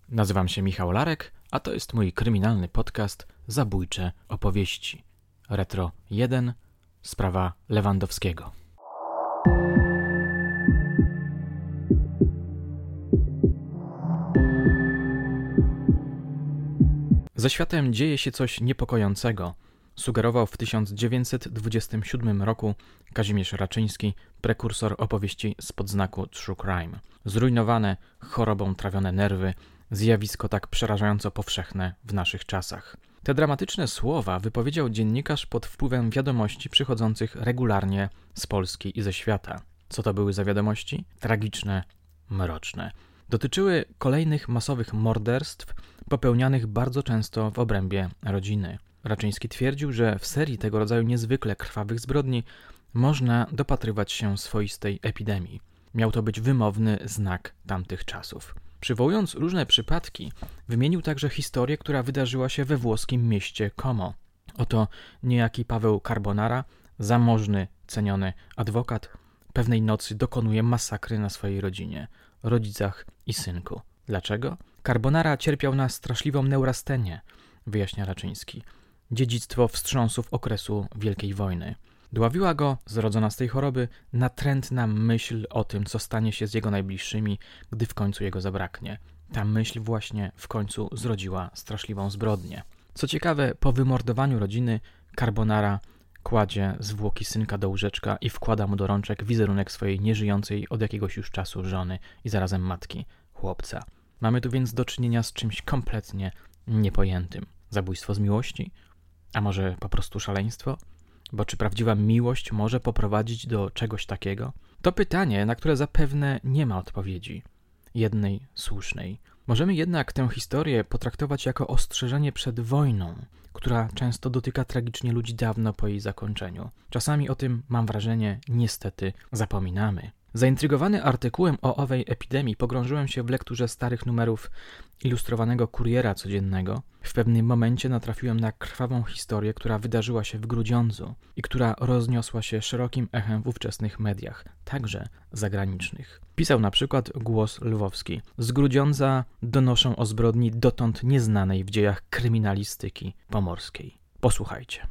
Nazywam się Michał Larek, a to jest mój kryminalny podcast Zabójcze opowieści. Retro 1, sprawa Lewandowskiego. Ze światem dzieje się coś niepokojącego, sugerował w 1927 roku Kazimierz Raczyński, prekursor opowieści spod znaku True Crime. Zrujnowane, chorobą trawione nerwy, zjawisko tak przerażająco powszechne w naszych czasach. Te dramatyczne słowa wypowiedział dziennikarz pod wpływem wiadomości przychodzących regularnie z Polski i ze świata. Co to były za wiadomości? Tragiczne, mroczne. Dotyczyły kolejnych masowych morderstw popełnianych bardzo często w obrębie rodziny. Raczyński twierdził, że w serii tego rodzaju niezwykle krwawych zbrodni można dopatrywać się swoistej epidemii. Miał to być wymowny znak tamtych czasów. Przywołując różne przypadki, wymienił także historię, która wydarzyła się we włoskim mieście Como. Oto niejaki Paweł Carbonara, zamożny, ceniony adwokat, pewnej nocy dokonuje masakry na swojej rodzinie, rodzicach i synku. Dlaczego? Carbonara cierpiał na straszliwą neurastenię, wyjaśnia Raczyński. Dziedzictwo wstrząsów okresu Wielkiej Wojny. Dławiła go, zrodzona z tej choroby, natrętna myśl o tym, co stanie się z jego najbliższymi, gdy w końcu jego zabraknie. Ta myśl właśnie w końcu zrodziła straszliwą zbrodnię. Co ciekawe, po wymordowaniu rodziny Carbonara kładzie zwłoki synka do łóżeczka i wkłada mu do rączek wizerunek swojej nieżyjącej od jakiegoś już czasu żony i zarazem matki, chłopca. Mamy tu więc do czynienia z czymś kompletnie niepojętym. Zabójstwo z miłości? A może po prostu szaleństwo? Bo czy prawdziwa miłość może poprowadzić do czegoś takiego? To pytanie, na które zapewne nie ma odpowiedzi. Jednej słusznej. Możemy jednak tę historię potraktować jako ostrzeżenie przed wojną, która często dotyka tragicznie ludzi dawno po jej zakończeniu. Czasami o tym, mam wrażenie, niestety zapominamy. Zaintrygowany artykułem o owej epidemii pogrążyłem się w lekturze starych numerów ilustrowanego Kuriera Codziennego. W pewnym momencie natrafiłem na krwawą historię, która wydarzyła się w Grudziądzu i która rozniosła się szerokim echem w ówczesnych mediach, także zagranicznych. Pisał na przykład Głos Lwowski. Z Grudziądza donoszą o zbrodni dotąd nieznanej w dziejach kryminalistyki pomorskiej. Posłuchajcie.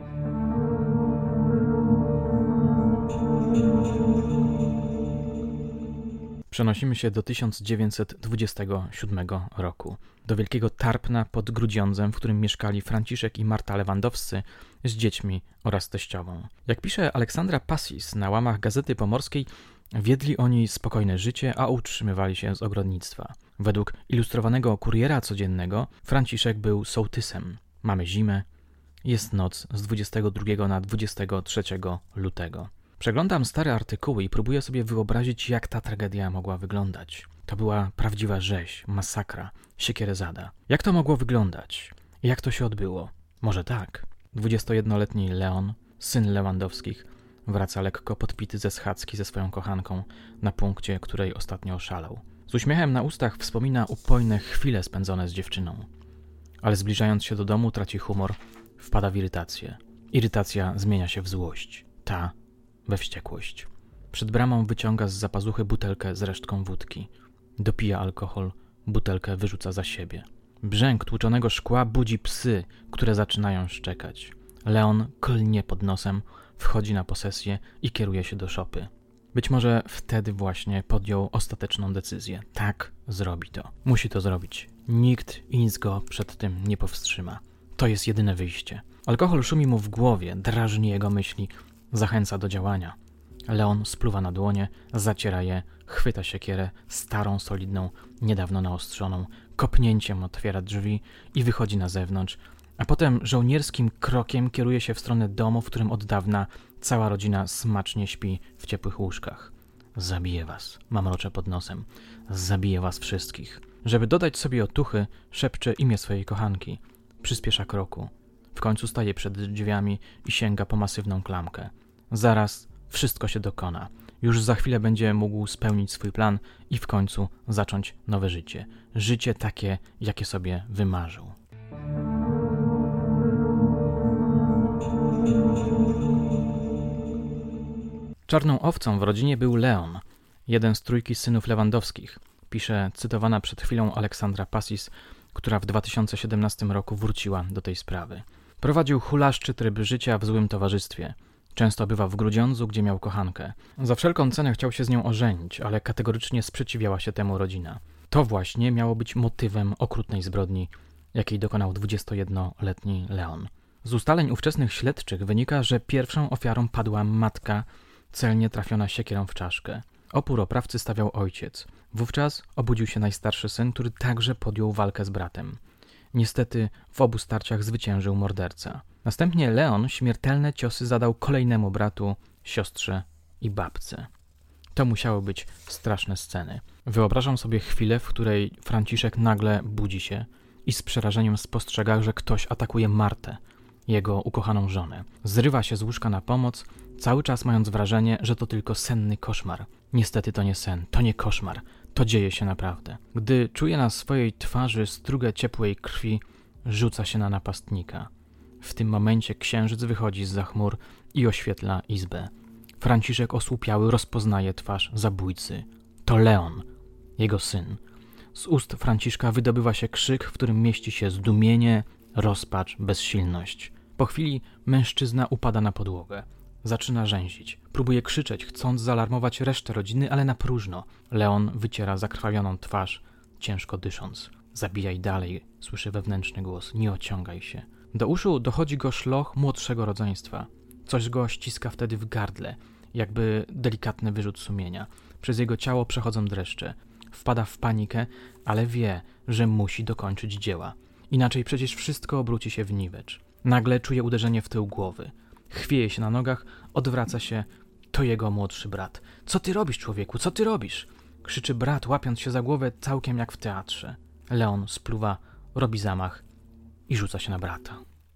Przenosimy się do 1927 roku, do Wielkiego Tarpna pod Grudziądzem, w którym mieszkali Franciszek i Marta Lewandowscy z dziećmi oraz teściową. Jak pisze Aleksandra Passis na łamach Gazety Pomorskiej, wiedli oni spokojne życie, a utrzymywali się z ogrodnictwa. Według ilustrowanego Kuriera Codziennego Franciszek był sołtysem. Mamy zimę, jest noc z 22 na 23 lutego. Przeglądam stare artykuły i próbuję sobie wyobrazić, jak ta tragedia mogła wyglądać. To była prawdziwa rzeź, masakra, siekierezada. Jak to mogło wyglądać? Jak to się odbyło? Może tak. 21-letni Leon, syn Lewandowskich, wraca lekko podpity ze schadzki ze swoją kochanką, na punkcie, której ostatnio oszalał. Z uśmiechem na ustach wspomina upojne chwile spędzone z dziewczyną. Ale zbliżając się do domu traci humor, wpada w irytację. Irytacja zmienia się w złość. Ta we wściekłość. Przed bramą wyciąga z zapazuchy butelkę z resztką wódki. Dopija alkohol, butelkę wyrzuca za siebie. Brzęk tłuczonego szkła budzi psy, które zaczynają szczekać. Leon klnie pod nosem, wchodzi na posesję i kieruje się do szopy. Być może wtedy właśnie podjął ostateczną decyzję. Tak, zrobi to. Musi to zrobić. Nikt i nic go przed tym nie powstrzyma. To jest jedyne wyjście. Alkohol szumi mu w głowie, drażni jego myśli, zachęca do działania. Leon spluwa na dłonie, zaciera je, chwyta siekierę, starą, solidną, niedawno naostrzoną, kopnięciem otwiera drzwi i wychodzi na zewnątrz, a potem żołnierskim krokiem kieruje się w stronę domu, w którym od dawna cała rodzina smacznie śpi w ciepłych łóżkach. Zabiję was, mamrocze pod nosem. Zabiję was wszystkich. Żeby dodać sobie otuchy, szepcze imię swojej kochanki. Przyspiesza kroku. W końcu staje przed drzwiami i sięga po masywną klamkę. Zaraz wszystko się dokona. Już za chwilę będzie mógł spełnić swój plan i w końcu zacząć nowe życie. Życie takie, jakie sobie wymarzył. Czarną owcą w rodzinie był Leon, jeden z trójki synów Lewandowskich. pisze cytowana przed chwilą Aleksandra Passis, która w 2017 roku wróciła do tej sprawy. Prowadził hulaszczy tryb życia w złym towarzystwie. Często bywał w Grudziądzu, gdzie miał kochankę. Za wszelką cenę chciał się z nią ożenić, ale kategorycznie sprzeciwiała się temu rodzina. To właśnie miało być motywem okrutnej zbrodni, jakiej dokonał 21-letni Leon. Z ustaleń ówczesnych śledczych wynika, że pierwszą ofiarą padła matka, celnie trafiona siekierą w czaszkę. Opór oprawcy stawiał ojciec. Wówczas obudził się najstarszy syn, który także podjął walkę z bratem. Niestety w obu starciach zwyciężył morderca. Następnie Leon śmiertelne ciosy zadał kolejnemu bratu, siostrze i babce. To musiały być straszne sceny. Wyobrażam sobie chwilę, w której Franciszek nagle budzi się i z przerażeniem spostrzega, że ktoś atakuje Martę, jego ukochaną żonę. Zrywa się z łóżka na pomoc, cały czas mając wrażenie, że to tylko senny koszmar. Niestety to nie sen, to nie koszmar, to dzieje się naprawdę. Gdy czuje na swojej twarzy strugę ciepłej krwi, rzuca się na napastnika. W tym momencie księżyc wychodzi zza chmur i oświetla izbę. Franciszek osłupiały rozpoznaje twarz zabójcy. To Leon, jego syn. Z ust Franciszka wydobywa się krzyk, w którym mieści się zdumienie, rozpacz, bezsilność. Po chwili mężczyzna upada na podłogę. Zaczyna rzęzić. Próbuje krzyczeć, chcąc zaalarmować resztę rodziny, ale na próżno. Leon wyciera zakrwawioną twarz, ciężko dysząc. Zabijaj dalej, słyszy wewnętrzny głos. Nie ociągaj się. Do uszu dochodzi go szloch młodszego rodzeństwa. Coś go ściska wtedy w gardle, jakby delikatny wyrzut sumienia. Przez jego ciało przechodzą dreszcze. Wpada w panikę, ale wie, że musi dokończyć dzieła. Inaczej przecież wszystko obróci się w niwecz. Nagle czuje uderzenie w tył głowy. Chwieje się na nogach, odwraca się. To jego młodszy brat. Co ty robisz, człowieku? Co ty robisz? Krzyczy brat, łapiąc się za głowę całkiem jak w teatrze. Leon spluwa, robi zamach i rzuca się na brata.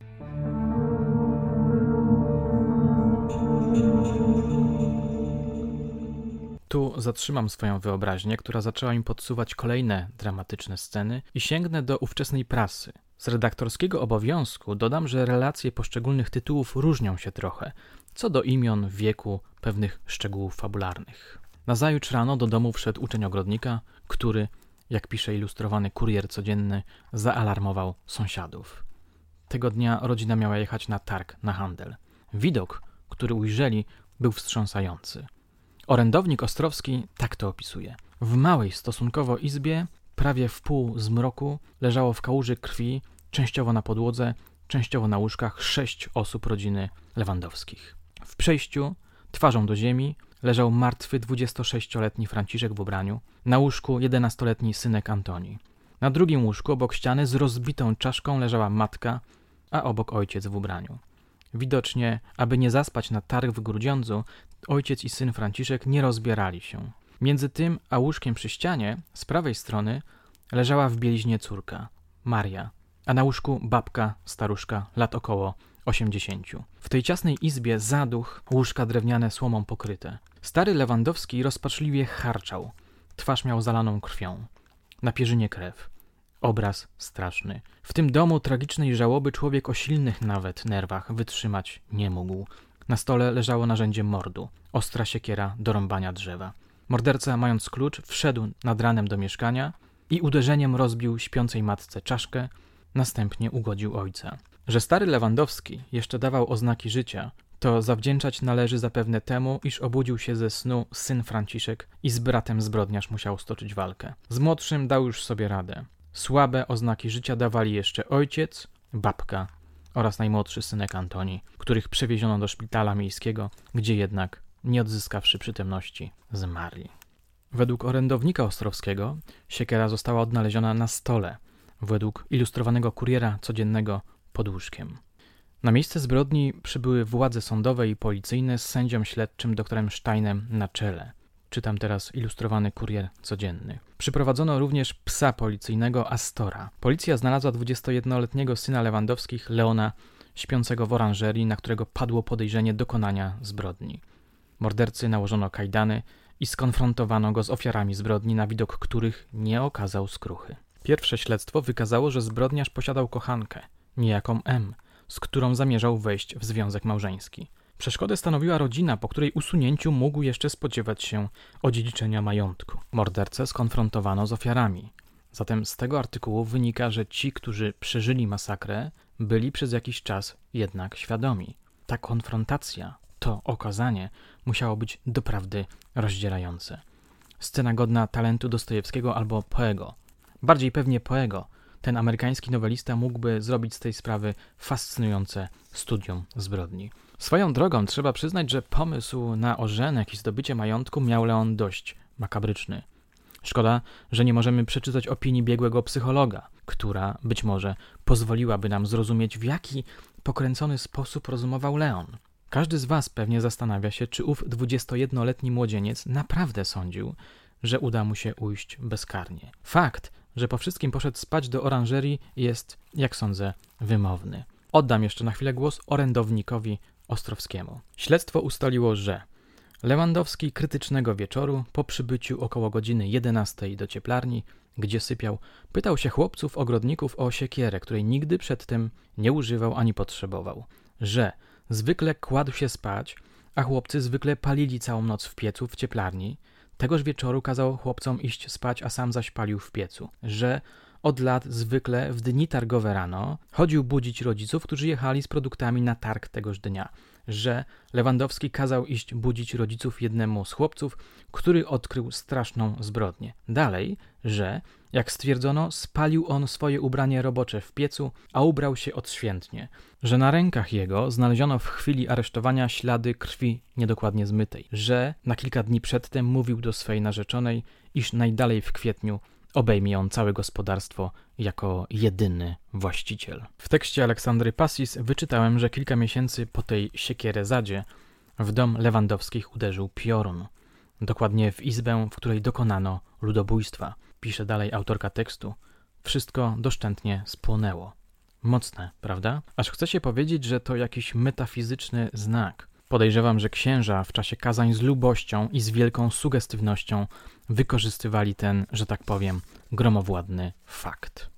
Tu zatrzymam swoją wyobraźnię, która zaczęła mi podsuwać kolejne dramatyczne sceny i sięgnę do ówczesnej prasy. Z redaktorskiego obowiązku dodam, że relacje poszczególnych tytułów różnią się trochę, co do imion, wieku, pewnych szczegółów fabularnych. Nazajutrz rano do domu wszedł uczeń ogrodnika, który, jak pisze ilustrowany Kurier Codzienny, zaalarmował sąsiadów. Tego dnia rodzina miała jechać na targ, na handel. Widok, który ujrzeli, był wstrząsający. Orędownik Ostrowski tak to opisuje. W małej stosunkowo izbie, prawie w pół zmroku, leżało w kałuży krwi, częściowo na podłodze, częściowo na łóżkach 6 osób rodziny Lewandowskich. W przejściu, twarzą do ziemi, leżał martwy 26-letni Franciszek w ubraniu, na łóżku 11-letni synek Antoni. Na drugim łóżku obok ściany z rozbitą czaszką leżała matka, a obok ojciec w ubraniu. Widocznie, aby nie zaspać na targ w Grudziądzu, ojciec i syn Franciszek nie rozbierali się. Między tym a łóżkiem przy ścianie, z prawej strony, leżała w bieliźnie córka, Maria, a na łóżku babka, staruszka, lat około 80. W tej ciasnej izbie zaduch, łóżka drewniane słomą pokryte. Stary Lewandowski rozpaczliwie charczał. Twarz miał zalaną krwią. Na pierzynie krew. Obraz straszny. W tym domu tragicznej żałoby człowiek o silnych nawet nerwach wytrzymać nie mógł. Na stole leżało narzędzie mordu. Ostra siekiera do rąbania drzewa. Morderca, mając klucz, wszedł nad ranem do mieszkania i uderzeniem rozbił śpiącej matce czaszkę, następnie ugodził ojca. Że stary Lewandowski jeszcze dawał oznaki życia, to zawdzięczać należy zapewne temu, iż obudził się ze snu syn Franciszek i z bratem zbrodniarz musiał stoczyć walkę. Z młodszym dał już sobie radę. Słabe oznaki życia dawali jeszcze ojciec, babka oraz najmłodszy synek Antoni, których przewieziono do szpitala miejskiego, gdzie jednak, nie odzyskawszy przytomności, zmarli. Według orędownika Ostrowskiego siekiera została odnaleziona na stole, według ilustrowanego Kuriera Codziennego pod łóżkiem. Na miejsce zbrodni przybyły władze sądowe i policyjne z sędzią śledczym doktorem Steinem na czele. Czytam teraz ilustrowany Kurier Codzienny. Przyprowadzono również psa policyjnego Astora. Policja znalazła 21-letniego syna Lewandowskich, Leona, śpiącego w oranżerii, na którego padło podejrzenie dokonania zbrodni. Mordercy nałożono kajdany i skonfrontowano go z ofiarami zbrodni, na widok których nie okazał skruchy. Pierwsze śledztwo wykazało, że zbrodniarz posiadał kochankę, niejaką M., z którą zamierzał wejść w związek małżeński. Przeszkodę stanowiła rodzina, po której usunięciu mógł jeszcze spodziewać się odziedziczenia majątku. Mordercę skonfrontowano z ofiarami. Zatem z tego artykułu wynika, że ci, którzy przeżyli masakrę, byli przez jakiś czas jednak świadomi. Ta konfrontacja, to okazanie musiało być doprawdy rozdzierające. Scena godna talentu Dostojewskiego albo Poego. Bardziej pewnie Poego. Ten amerykański nowelista mógłby zrobić z tej sprawy fascynujące studium zbrodni. Swoją drogą trzeba przyznać, że pomysł na ożenek i zdobycie majątku miał Leon dość makabryczny. Szkoda, że nie możemy przeczytać opinii biegłego psychologa, która być może pozwoliłaby nam zrozumieć, w jaki pokręcony sposób rozumował Leon. Każdy z was pewnie zastanawia się, czy ów 21-letni młodzieniec naprawdę sądził, że uda mu się ujść bezkarnie. Fakt, że po wszystkim poszedł spać do oranżerii, jest, jak sądzę, wymowny. Oddam jeszcze na chwilę głos orędownikowi Ostrowskiemu. Śledztwo ustaliło, że Lewandowski krytycznego wieczoru, po przybyciu około godziny 11 do cieplarni, gdzie sypiał, pytał się chłopców ogrodników o siekierę, której nigdy przedtem nie używał ani potrzebował, że zwykle kładł się spać, a chłopcy zwykle palili całą noc w piecu w cieplarni. Tegoż wieczoru kazał chłopcom iść spać, a sam zaś palił w piecu, że od lat zwykle w dni targowe rano chodził budzić rodziców, którzy jechali z produktami na targ tegoż dnia, że Lewandowski kazał iść budzić rodziców jednemu z chłopców, który odkrył straszną zbrodnię. Dalej, że, jak stwierdzono, spalił on swoje ubranie robocze w piecu, a ubrał się odświętnie, że na rękach jego znaleziono w chwili aresztowania ślady krwi niedokładnie zmytej, że na kilka dni przedtem mówił do swej narzeczonej, iż najdalej w kwietniu obejmie on całe gospodarstwo jako jedyny właściciel. W tekście Aleksandry Passis wyczytałem, że kilka miesięcy po tej siekierezadzie w dom Lewandowskich uderzył piorun. Dokładnie w izbę, w której dokonano ludobójstwa. Pisze dalej autorka tekstu. Wszystko doszczętnie spłonęło. Mocne, prawda? Aż chce się powiedzieć, że to jakiś metafizyczny znak. Podejrzewam, że księża w czasie kazań z lubością i z wielką sugestywnością wykorzystywali ten, że tak powiem, gromowładny fakt.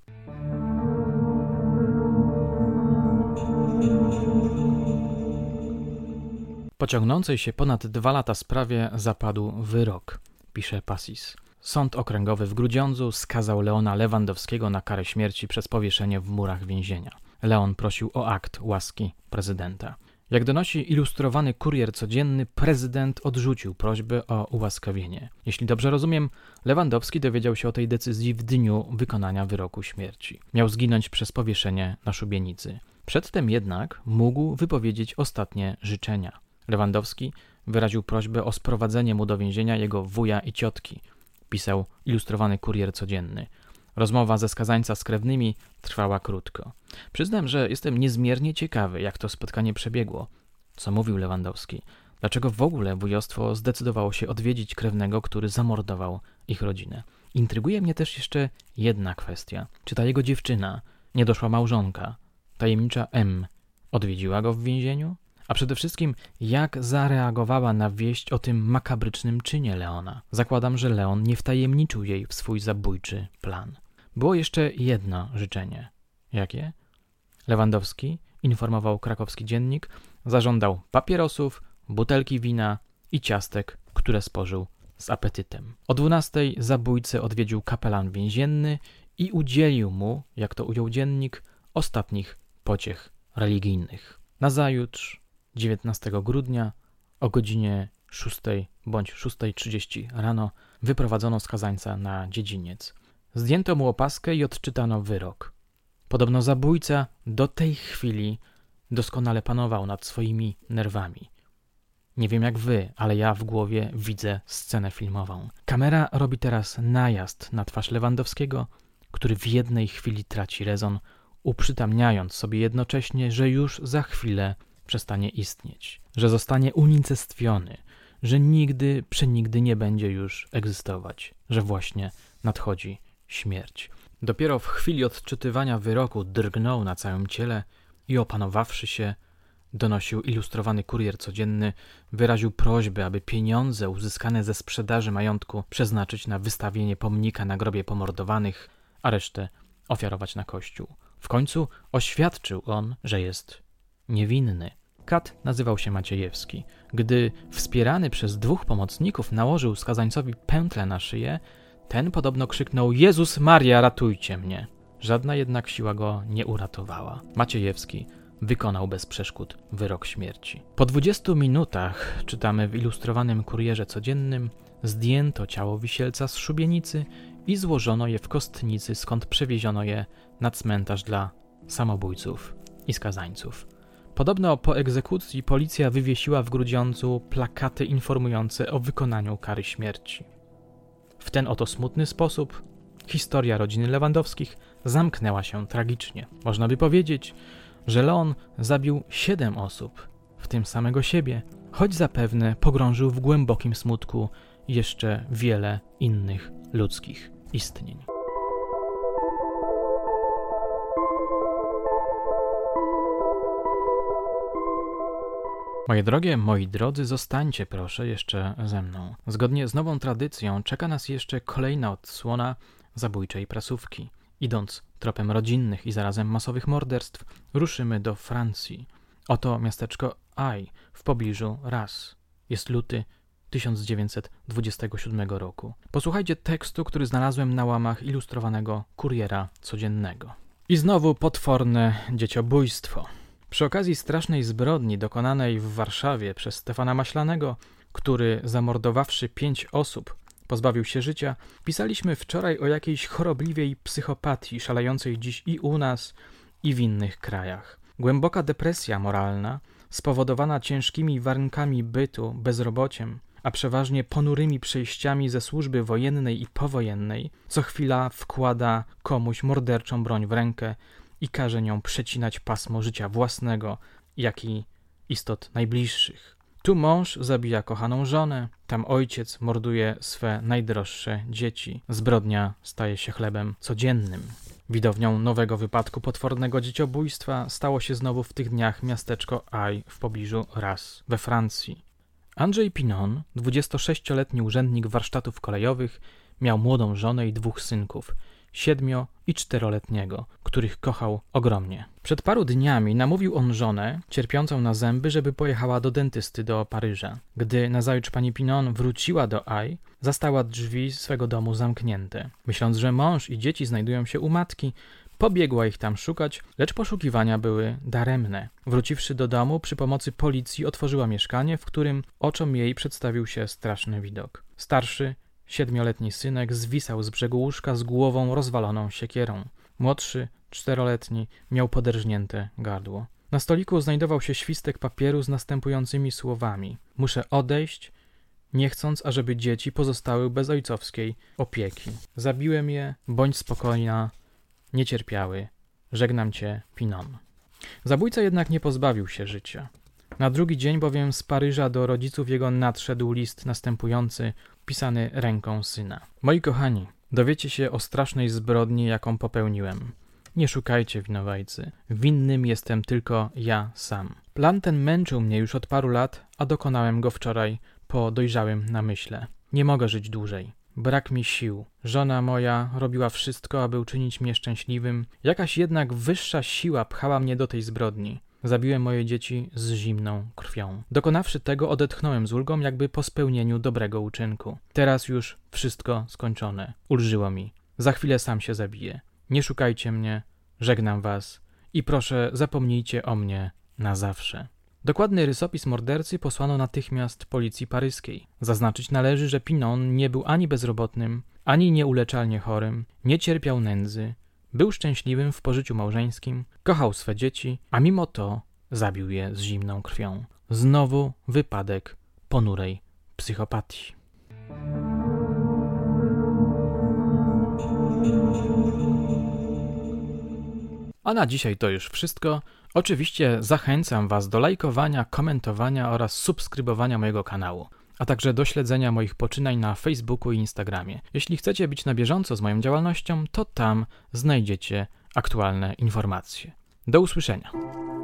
Po ciągnącej się ponad 2 lata sprawie zapadł wyrok, pisze Passis. Sąd okręgowy w Grudziądzu skazał Leona Lewandowskiego na karę śmierci przez powieszenie w murach więzienia. Leon prosił o akt łaski prezydenta. Jak donosi ilustrowany Kurier Codzienny, prezydent odrzucił prośbę o ułaskawienie. Jeśli dobrze rozumiem, Lewandowski dowiedział się o tej decyzji w dniu wykonania wyroku śmierci. Miał zginąć przez powieszenie na szubienicy. Przedtem jednak mógł wypowiedzieć ostatnie życzenia. Lewandowski wyraził prośbę o sprowadzenie mu do więzienia jego wuja i ciotki, pisał ilustrowany Kurier Codzienny. Rozmowa ze skazańca z krewnymi trwała krótko. Przyznam, że jestem niezmiernie ciekawy, jak to spotkanie przebiegło. Co mówił Lewandowski? Dlaczego w ogóle wujostwo zdecydowało się odwiedzić krewnego, który zamordował ich rodzinę? Intryguje mnie też jeszcze jedna kwestia. Czy ta jego dziewczyna, niedoszła małżonka, tajemnicza M, odwiedziła go w więzieniu? A przede wszystkim, jak zareagowała na wieść o tym makabrycznym czynie Leona? Zakładam, że Leon nie wtajemniczył jej w swój zabójczy plan. Było jeszcze jedno życzenie. Jakie? Lewandowski, informował krakowski dziennik, zażądał papierosów, butelki wina i ciastek, które spożył z apetytem. O 12:00 zabójcę odwiedził kapelan więzienny i udzielił mu, jak to ujął dziennik, ostatnich pociech religijnych. Nazajutrz, 19 grudnia, o godzinie 6 bądź 6:30 rano wyprowadzono skazańca na dziedziniec. Zdjęto mu opaskę i odczytano wyrok. Podobno zabójca do tej chwili doskonale panował nad swoimi nerwami. Nie wiem jak wy, ale ja w głowie widzę scenę filmową. Kamera robi teraz najazd na twarz Lewandowskiego, który w jednej chwili traci rezon, uprzytamniając sobie jednocześnie, że już za chwilę przestanie istnieć, że zostanie unicestwiony, że nigdy, przenigdy nie będzie już egzystować, że właśnie nadchodzi śmierć. Dopiero w chwili odczytywania wyroku drgnął na całym ciele i opanowawszy się, donosił ilustrowany Kurier Codzienny, wyraził prośbę, aby pieniądze uzyskane ze sprzedaży majątku przeznaczyć na wystawienie pomnika na grobie pomordowanych, a resztę ofiarować na kościół. W końcu oświadczył on, że jest niewinny. Kat nazywał się Maciejewski. Gdy wspierany przez 2 pomocników nałożył skazańcowi pętlę na szyję, ten podobno krzyknął: Jezus Maria, ratujcie mnie! Żadna jednak siła go nie uratowała. Maciejewski wykonał bez przeszkód wyrok śmierci. Po 20 minutach, czytamy w ilustrowanym Kurierze Codziennym, zdjęto ciało wisielca z szubienicy i złożono je w kostnicy, skąd przewieziono je na cmentarz dla samobójców i skazańców. Podobno po egzekucji policja wywiesiła w Grudziądzu plakaty informujące o wykonaniu kary śmierci. W ten oto smutny sposób historia rodziny Lewandowskich zamknęła się tragicznie. Można by powiedzieć, że Leon zabił 7 osób, w tym samego siebie, choć zapewne pogrążył w głębokim smutku jeszcze wiele innych ludzkich istnień. Moje drogie, moi drodzy, zostańcie proszę jeszcze ze mną. Zgodnie z nową tradycją czeka nas jeszcze kolejna odsłona zabójczej prasówki. Idąc tropem rodzinnych i zarazem masowych morderstw, ruszymy do Francji. Oto miasteczko Ai w pobliżu Reims. Jest luty 1927 roku. Posłuchajcie tekstu, który znalazłem na łamach ilustrowanego Kuriera Codziennego. I znowu potworne dzieciobójstwo. Przy okazji strasznej zbrodni dokonanej w Warszawie przez Stefana Maślanego, który zamordowawszy 5 osób pozbawił się życia, pisaliśmy wczoraj o jakiejś chorobliwej psychopatii szalejącej dziś i u nas, i w innych krajach. Głęboka depresja moralna, spowodowana ciężkimi warunkami bytu, bezrobociem, a przeważnie ponurymi przejściami ze służby wojennej i powojennej, co chwila wkłada komuś morderczą broń w rękę i każe nią przecinać pasmo życia własnego, jak i istot najbliższych. Tu mąż zabija kochaną żonę, tam ojciec morduje swe najdroższe dzieci. Zbrodnia staje się chlebem codziennym. Widownią nowego wypadku potwornego dzieciobójstwa stało się znowu w tych dniach miasteczko Ai w pobliżu Reims we Francji. Andrzej Pinon, 26-letni urzędnik warsztatów kolejowych, miał młodą żonę i 2 synków, 7- i 4-letniego, których kochał ogromnie. Przed paru dniami namówił on żonę, cierpiącą na zęby, żeby pojechała do dentysty do Paryża. Gdy nazajutrz pani Pinon wróciła do Ai, zastała drzwi swego domu zamknięte. Myśląc, że mąż i dzieci znajdują się u matki, pobiegła ich tam szukać, lecz poszukiwania były daremne. Wróciwszy do domu, przy pomocy policji otworzyła mieszkanie, w którym oczom jej przedstawił się straszny widok. Starszy, 7-letni synek zwisał z brzegu łóżka z głową rozwaloną siekierą. Młodszy, 4-letni, miał poderżnięte gardło. Na stoliku znajdował się świstek papieru z następującymi słowami: muszę odejść, nie chcąc, ażeby dzieci pozostały bez ojcowskiej opieki. Zabiłem je, bądź spokojna, nie cierpiały. Żegnam cię, Pinon. Zabójca jednak nie pozbawił się życia. Na drugi dzień bowiem z Paryża do rodziców jego nadszedł list następujący, pisany ręką syna. Moi kochani, dowiecie się o strasznej zbrodni, jaką popełniłem. Nie szukajcie winowajcy. Winnym jestem tylko ja sam. Plan ten męczył mnie już od paru lat, a dokonałem go wczoraj po dojrzałym namyśle. Nie mogę żyć dłużej. Brak mi sił. Żona moja robiła wszystko, aby uczynić mnie szczęśliwym. Jakaś jednak wyższa siła pchała mnie do tej zbrodni. Zabiłem moje dzieci z zimną krwią. Dokonawszy tego, odetchnąłem z ulgą, jakby po spełnieniu dobrego uczynku. Teraz już wszystko skończone. Ulżyło mi. Za chwilę sam się zabiję. Nie szukajcie mnie, żegnam was i proszę zapomnijcie o mnie na zawsze. Dokładny rysopis mordercy posłano natychmiast policji paryskiej. Zaznaczyć należy, że Pinon nie był ani bezrobotnym, ani nieuleczalnie chorym, nie cierpiał nędzy, był szczęśliwym w pożyciu małżeńskim, kochał swe dzieci, a mimo to zabił je z zimną krwią. Znowu wypadek ponurej psychopatii. A na dzisiaj to już wszystko. Oczywiście zachęcam was do lajkowania, komentowania oraz subskrybowania mojego kanału, a także do śledzenia moich poczynań na Facebooku i Instagramie. Jeśli chcecie być na bieżąco z moją działalnością, to tam znajdziecie aktualne informacje. Do usłyszenia.